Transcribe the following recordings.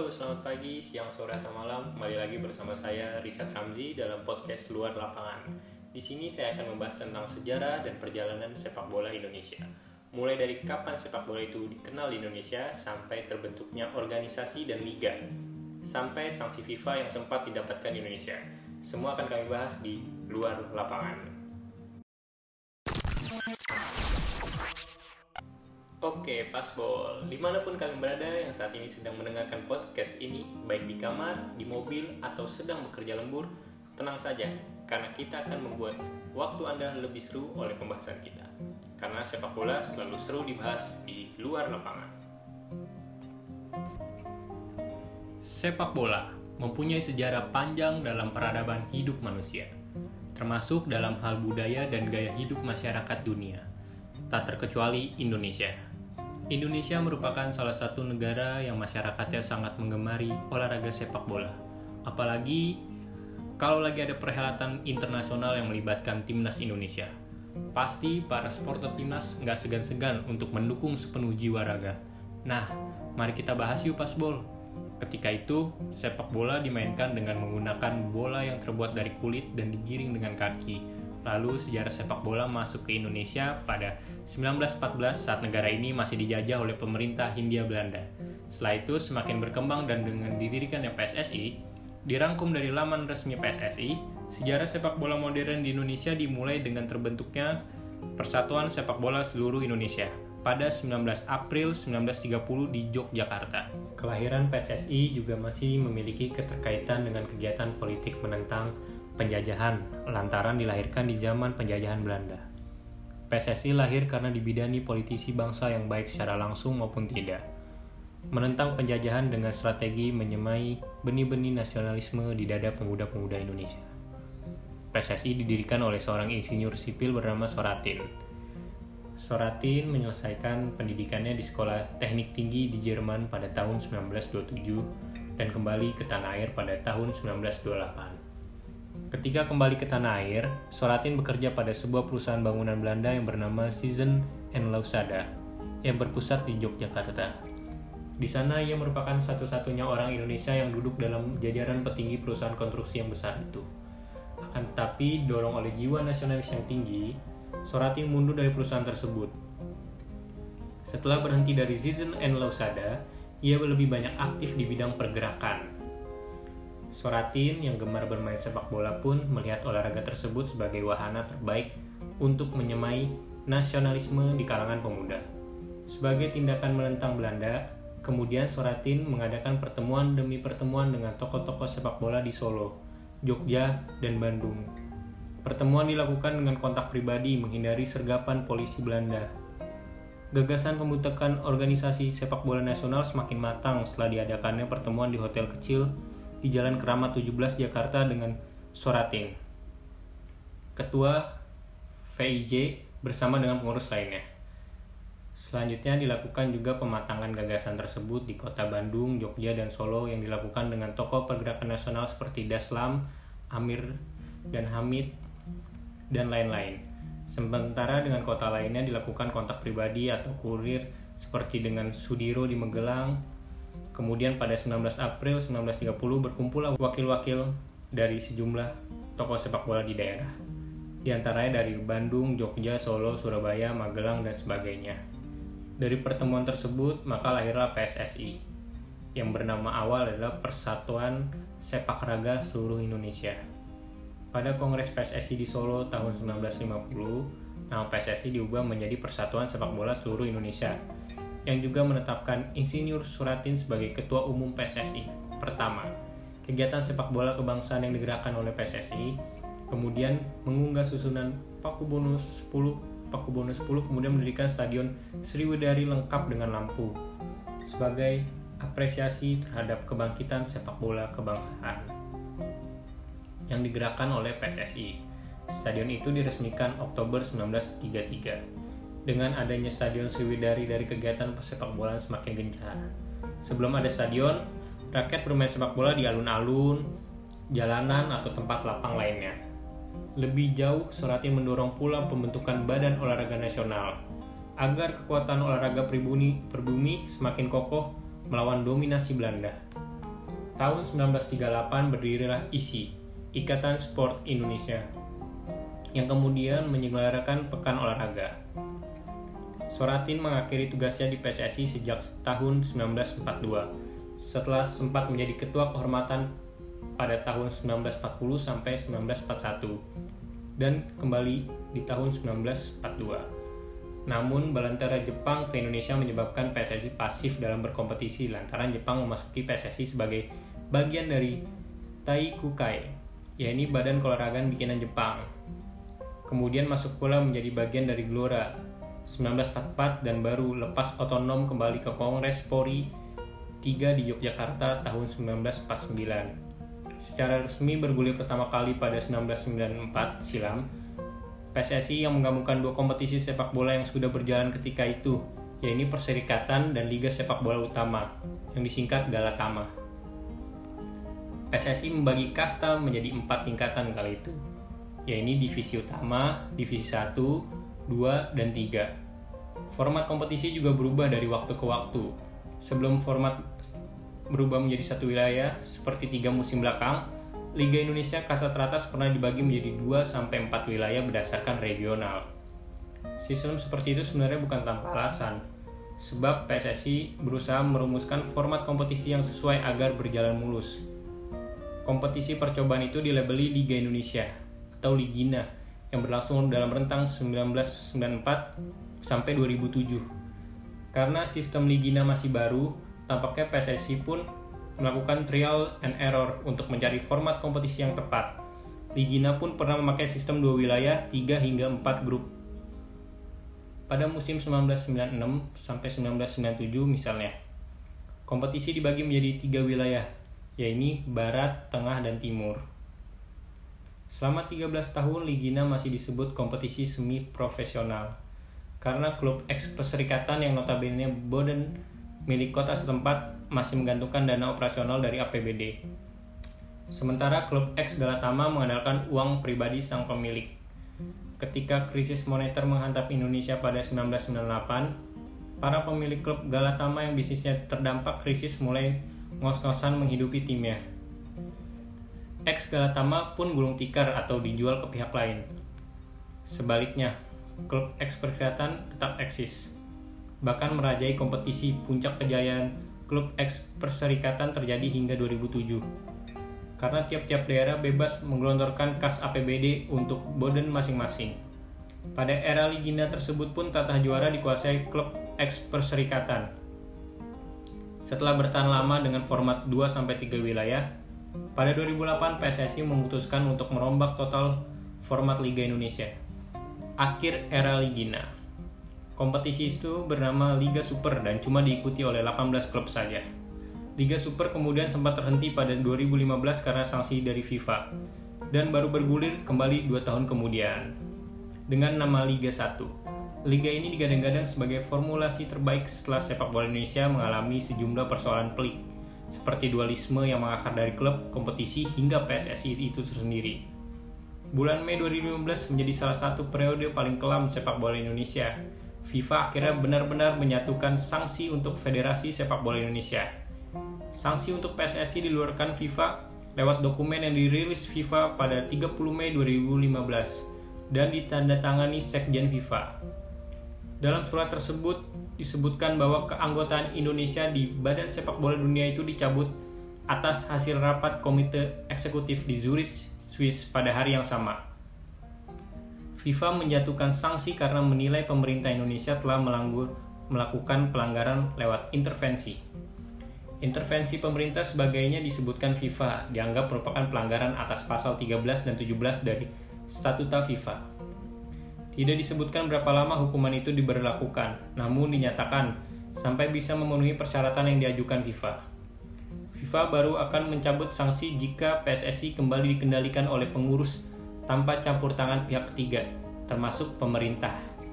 Halo, selamat pagi, siang, sore, atau malam. Kembali lagi bersama saya Rizat Ramzi dalam podcast Luar Lapangan. Di sini saya akan membahas tentang sejarah dan perjalanan sepak bola Indonesia. Mulai dari kapan sepak bola itu dikenal di Indonesia sampai terbentuknya organisasi dan liga, sampai sanksi FIFA yang sempat didapatkan di Indonesia. Semua akan kami bahas di Luar Lapangan. Oke, Pasbol, dimanapun kalian berada yang saat ini sedang mendengarkan podcast ini, baik di kamar, di mobil, atau sedang bekerja lembur, tenang saja, karena kita akan membuat waktu Anda lebih seru oleh pembahasan kita. Karena sepak bola selalu seru dibahas di luar lapangan. Sepak bola mempunyai sejarah panjang dalam peradaban hidup manusia, termasuk dalam hal budaya dan gaya hidup masyarakat dunia, tak terkecuali Indonesia. Indonesia merupakan salah satu negara yang masyarakatnya sangat menggemari olahraga sepak bola. Apalagi kalau lagi ada perhelatan internasional yang melibatkan timnas Indonesia. Pasti para supporter timnas nggak segan-segan untuk mendukung sepenuh jiwa raga. Nah, mari kita bahas yuk Pasbol. Ketika itu, sepak bola dimainkan dengan menggunakan bola yang terbuat dari kulit dan digiring dengan kaki. Lalu sejarah sepak bola masuk ke Indonesia pada 1914 saat negara ini masih dijajah oleh pemerintah Hindia Belanda. Setelah itu semakin berkembang dan dengan didirikannya PSSI, dirangkum dari laman resmi PSSI, sejarah sepak bola modern di Indonesia dimulai dengan terbentuknya Persatuan Sepak Bola Seluruh Indonesia pada 19 April 1930 di Yogyakarta. Kelahiran PSSI juga masih memiliki keterkaitan dengan kegiatan politik menentang penjajahan lantaran dilahirkan di zaman penjajahan Belanda. PSSI lahir karena dibidani politisi bangsa yang baik secara langsung maupun tidak, menentang penjajahan dengan strategi menyemai benih-benih nasionalisme di dada pemuda-pemuda Indonesia. PSSI didirikan oleh seorang insinyur sipil bernama Soratin. Soratin menyelesaikan pendidikannya di Sekolah Teknik Tinggi di Jerman pada tahun 1927 dan kembali ke tanah air pada tahun 1928. Ketika kembali ke tanah air, Soratin bekerja pada sebuah perusahaan bangunan Belanda yang bernama Siesen & Lausada yang berpusat di Yogyakarta. Di sana ia merupakan satu-satunya orang Indonesia yang duduk dalam jajaran petinggi perusahaan konstruksi yang besar itu. Akan tetapi, dorong oleh jiwa nasionalis yang tinggi, Soratin mundur dari perusahaan tersebut. Setelah berhenti dari Siesen & Lausada, ia lebih banyak aktif di bidang pergerakan. Soratin yang gemar bermain sepak bola pun melihat olahraga tersebut sebagai wahana terbaik untuk menyemai nasionalisme di kalangan pemuda. Sebagai tindakan menentang Belanda, kemudian Soratin mengadakan pertemuan demi pertemuan dengan tokoh-tokoh sepak bola di Solo, Jogja, dan Bandung. Pertemuan dilakukan dengan kontak pribadi menghindari sergapan polisi Belanda. Gagasan pembentukan organisasi sepak bola nasional semakin matang setelah diadakannya pertemuan di hotel kecil di Jalan Keramat 17 Jakarta dengan Soratin, Ketua VIJ bersama dengan pengurus lainnya. Selanjutnya dilakukan juga pematangan gagasan tersebut di kota Bandung, Jogja, dan Solo yang dilakukan dengan tokoh pergerakan nasional seperti Daslam, Amir, dan Hamid, dan lain-lain. Sementara dengan kota lainnya dilakukan kontak pribadi atau kurir seperti dengan Sudiro di Magelang. Kemudian pada 19 April 1930 berkumpullah wakil-wakil dari sejumlah tokoh sepak bola di daerah. Di antaranya dari Bandung, Jogja, Solo, Surabaya, Magelang, dan sebagainya. Dari pertemuan tersebut maka lahirlah PSSI yang bernama awal adalah Persatuan Sepak Raga Seluruh Indonesia. Pada Kongres PSSI di Solo tahun 1950, nama PSSI diubah menjadi Persatuan Sepak Bola Seluruh Indonesia, yang juga menetapkan Insinyur Soratin sebagai Ketua Umum PSSI. Pertama, kegiatan sepak bola kebangsaan yang digerakkan oleh PSSI, kemudian mengunggah susunan Pakubono 10, kemudian mendirikan Stadion Sriwedari lengkap dengan lampu, sebagai apresiasi terhadap kebangkitan sepak bola kebangsaan yang digerakkan oleh PSSI. Stadion itu diresmikan Oktober 1933. Dengan adanya Stadion Sriwedari dari kegiatan sepak bola semakin gencar. Sebelum ada stadion, rakyat bermain sepak bola di alun-alun, jalanan, atau tempat lapang lainnya. Lebih jauh, Soratin mendorong pula pembentukan Badan Olahraga Nasional agar kekuatan olahraga pribumi semakin kokoh melawan dominasi Belanda. Tahun 1938 berdirilah ISI, Ikatan Sport Indonesia, yang kemudian menyelenggarakan Pekan Olahraga. Soratin mengakhiri tugasnya di PSSI sejak tahun 1942, setelah sempat menjadi ketua kehormatan pada tahun 1940 sampai 1941, dan kembali di tahun 1942. Namun, balantara Jepang ke Indonesia menyebabkan PSSI pasif dalam berkompetisi lantaran Jepang memasuki PSSI sebagai bagian dari Taikukai, yaitu badan keolahragaan bikinan Jepang. Kemudian masuk pula menjadi bagian dari Gelora 1944 dan baru lepas otonom kembali ke Kongres Polri 3 di Yogyakarta tahun 1949. Secara resmi bergulir pertama kali pada 1994 silam, PSSI yang menggabungkan dua kompetisi sepak bola yang sudah berjalan ketika itu, yaitu Perserikatan dan Liga Sepak Bola Utama, yang disingkat Galatama. PSSI membagi kasta menjadi 4 tingkatan kali itu, yaitu Divisi Utama, Divisi 1, 2, dan 3. Format kompetisi juga berubah dari waktu ke waktu. Sebelum format berubah menjadi satu wilayah, seperti 3 musim belakang, Liga Indonesia kasta teratas pernah dibagi menjadi 2-4 wilayah berdasarkan regional. Sistem seperti itu sebenarnya bukan tanpa alasan, sebab PSSI berusaha merumuskan format kompetisi yang sesuai agar berjalan mulus. Kompetisi percobaan itu dilabeli Liga Indonesia atau Ligina yang berlangsung dalam rentang 1994 sampai 2007. Karena sistem Ligina masih baru, tampaknya PSSI pun melakukan trial and error untuk mencari format kompetisi yang tepat. Ligina pun pernah memakai sistem 2 wilayah, 3 hingga 4 grup. Pada musim 1996 sampai 1997 misalnya, kompetisi dibagi menjadi 3 wilayah, yaitu Barat, Tengah, dan Timur. Selama 13 tahun Ligina masih disebut kompetisi semi profesional karena klub X Perserikatan yang notabene badan milik kota setempat masih menggantungkan dana operasional dari APBD. Sementara klub X Galatama mengandalkan uang pribadi sang pemilik. Ketika krisis moneter menghantam Indonesia pada 1998, para pemilik klub Galatama yang bisnisnya terdampak krisis mulai ngos-ngosan menghidupi timnya. X Galatama pun gulung tikar atau dijual ke pihak lain. Sebaliknya, klub X Perserikatan tetap eksis, bahkan merajai kompetisi. Puncak kejayaan klub X Perserikatan terjadi hingga 2007 karena tiap-tiap daerah bebas menggelontorkan kas APBD untuk boden masing-masing. Pada era Ligina tersebut pun tata juara dikuasai klub X Perserikatan. Setelah bertahan lama dengan format 2-3 wilayah, pada 2008 PSSI memutuskan untuk merombak total format Liga Indonesia. Akhir era Ligina. Kompetisi itu bernama Liga Super dan cuma diikuti oleh 18 klub saja. Liga Super kemudian sempat terhenti pada 2015 karena sanksi dari FIFA dan baru bergulir kembali 2 tahun kemudian dengan nama Liga 1. Liga ini digadang-gadang sebagai formulasi terbaik setelah sepak bola Indonesia mengalami sejumlah persoalan pelik seperti dualisme yang mengakar dari klub, kompetisi, hingga PSSI itu sendiri. Bulan Mei 2015 menjadi salah satu periode paling kelam sepak bola Indonesia. FIFA akhirnya benar-benar menyatukan sanksi untuk Federasi Sepak Bola Indonesia. Sanksi untuk PSSI diluarkan FIFA lewat dokumen yang dirilis FIFA pada 30 Mei 2015 dan ditandatangani Sekjen FIFA. Dalam surat tersebut disebutkan bahwa keanggotaan Indonesia di Badan Sepak Bola Dunia itu dicabut atas hasil rapat Komite Eksekutif di Zurich, Swiss pada hari yang sama. FIFA menjatuhkan sanksi karena menilai pemerintah Indonesia telah melakukan pelanggaran lewat intervensi. Intervensi pemerintah sebagainya disebutkan FIFA dianggap merupakan pelanggaran atas pasal 13 dan 17 dari Statuta FIFA. Tidak disebutkan berapa lama hukuman itu diberlakukan, namun dinyatakan sampai bisa memenuhi persyaratan yang diajukan FIFA. FIFA baru akan mencabut sanksi jika PSSI kembali dikendalikan oleh pengurus tanpa campur tangan pihak ketiga, termasuk pemerintah.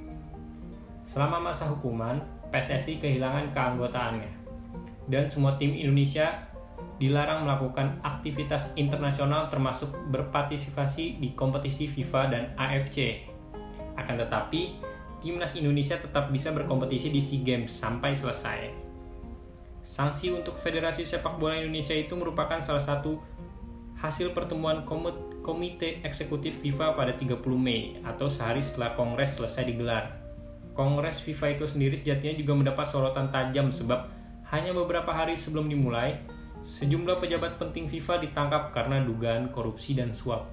Selama masa hukuman, PSSI kehilangan keanggotaannya, dan semua tim Indonesia dilarang melakukan aktivitas internasional termasuk berpartisipasi di kompetisi FIFA dan AFC. Akan tetapi, timnas Indonesia tetap bisa berkompetisi di SEA Games sampai selesai. Sanksi untuk Federasi Sepak Bola Indonesia itu merupakan salah satu hasil pertemuan Komite Eksekutif FIFA pada 30 Mei atau sehari setelah Kongres selesai digelar. Kongres FIFA itu sendiri sejatinya juga mendapat sorotan tajam sebab hanya beberapa hari sebelum dimulai, sejumlah pejabat penting FIFA ditangkap karena dugaan korupsi dan suap.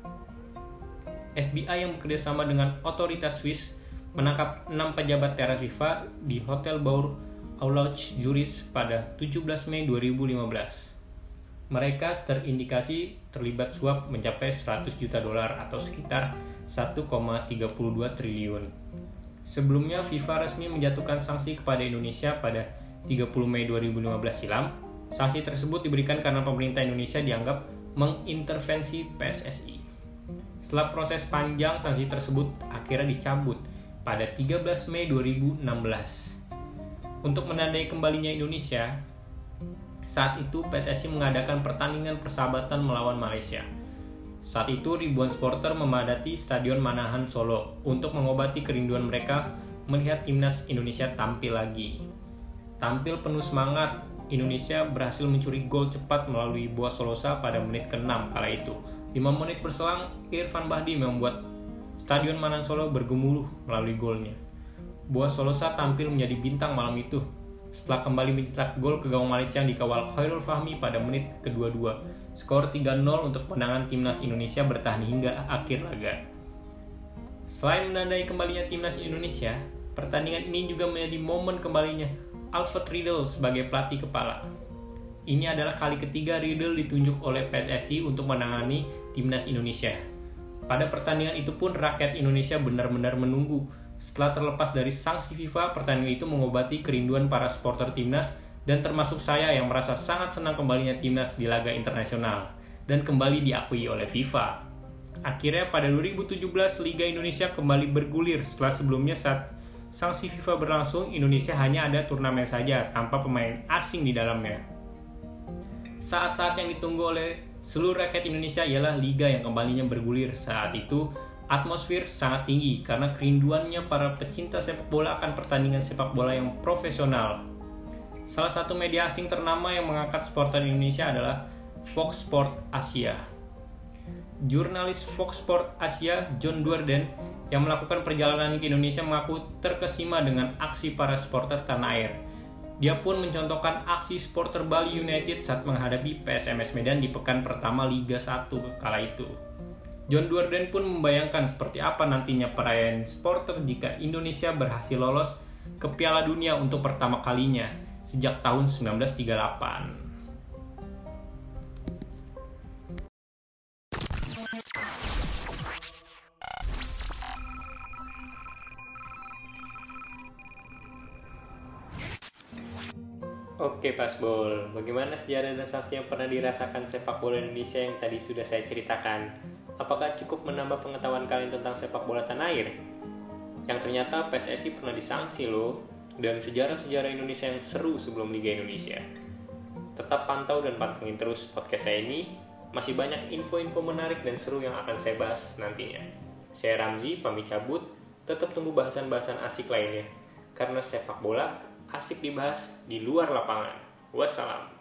FBI yang bekerjasama dengan otoritas Swiss menangkap 6 pejabat teras FIFA di Hotel Bourg Aulauch Zurich pada 17 Mei 2015. Mereka terindikasi terlibat suap mencapai 100 juta dolar atau sekitar 1,32 triliun. Sebelumnya FIFA resmi menjatuhkan sanksi kepada Indonesia pada 30 Mei 2015 silam. Sanksi tersebut diberikan karena pemerintah Indonesia dianggap mengintervensi PSSI. Setelah proses panjang, sanksi tersebut akhirnya dicabut pada 13 Mei 2016. Untuk menandai kembalinya Indonesia, saat itu PSSI mengadakan pertandingan persahabatan melawan Malaysia. Saat itu ribuan supporter memadati Stadion Manahan Solo untuk mengobati kerinduan mereka melihat timnas Indonesia tampil lagi. Tampil penuh semangat, Indonesia berhasil mencuri gol cepat melalui Boaz Solosa pada menit ke-6 kala itu. 5 menit berselang, Irfan Bahdim membuat Stadion Manahan Solo bergemuruh melalui golnya. Boaz Solosa tampil menjadi bintang malam itu setelah kembali mencetak gol ke gawang Malaysia yang dikawal Khairul Fahmi pada menit ke-22. Skor 3-0 untuk kemenangan timnas Indonesia bertahan hingga akhir laga. Selain menandai kembalinya timnas Indonesia, pertandingan ini juga menjadi momen kembalinya Alfred Riedel sebagai pelatih kepala. Ini adalah kali ketiga Riedel ditunjuk oleh PSSI untuk menangani timnas Indonesia. Pada pertandingan itu pun rakyat Indonesia benar-benar menunggu. Setelah terlepas dari sanksi FIFA, pertandingan itu mengobati kerinduan para supporter timnas dan termasuk saya yang merasa sangat senang kembalinya timnas di laga internasional dan kembali diakui oleh FIFA. Akhirnya pada 2017 Liga Indonesia kembali bergulir setelah sebelumnya saat sanksi FIFA berlangsung, Indonesia hanya ada turnamen saja tanpa pemain asing di dalamnya. Saat-saat yang ditunggu oleh seluruh rakyat Indonesia ialah liga yang kembalinya bergulir. Saat itu atmosfer sangat tinggi karena kerinduannya para pecinta sepak bola akan pertandingan sepak bola yang profesional. Salah satu media asing ternama yang mengangkat supporter Indonesia adalah Fox Sport Asia. Jurnalis Fox Sport Asia, John Duerden, yang melakukan perjalanan ke Indonesia mengaku terkesima dengan aksi para supporter tanah air. Dia pun mencontohkan aksi supporter Bali United saat menghadapi PSMS Medan di pekan pertama Liga 1 kala itu. John Duerden pun membayangkan seperti apa nantinya perayaan supporter jika Indonesia berhasil lolos ke Piala Dunia untuk pertama kalinya sejak tahun 1938. Oke Pasbol, bagaimana sejarah dan sanksi yang pernah dirasakan sepak bola Indonesia yang tadi sudah saya ceritakan? Apakah cukup menambah pengetahuan kalian tentang sepak bola tanah air? Yang ternyata PSSI pernah disanksi loh, dan sejarah-sejarah Indonesia yang seru sebelum Liga Indonesia. Tetap pantau dan pantengin terus podcast saya ini, masih banyak info-info menarik dan seru yang akan saya bahas nantinya. Saya Ramzi, pamit cabut, tetap tunggu bahasan-bahasan asik lainnya, karena sepak bola asik dibahas di luar lapangan. Wassalam.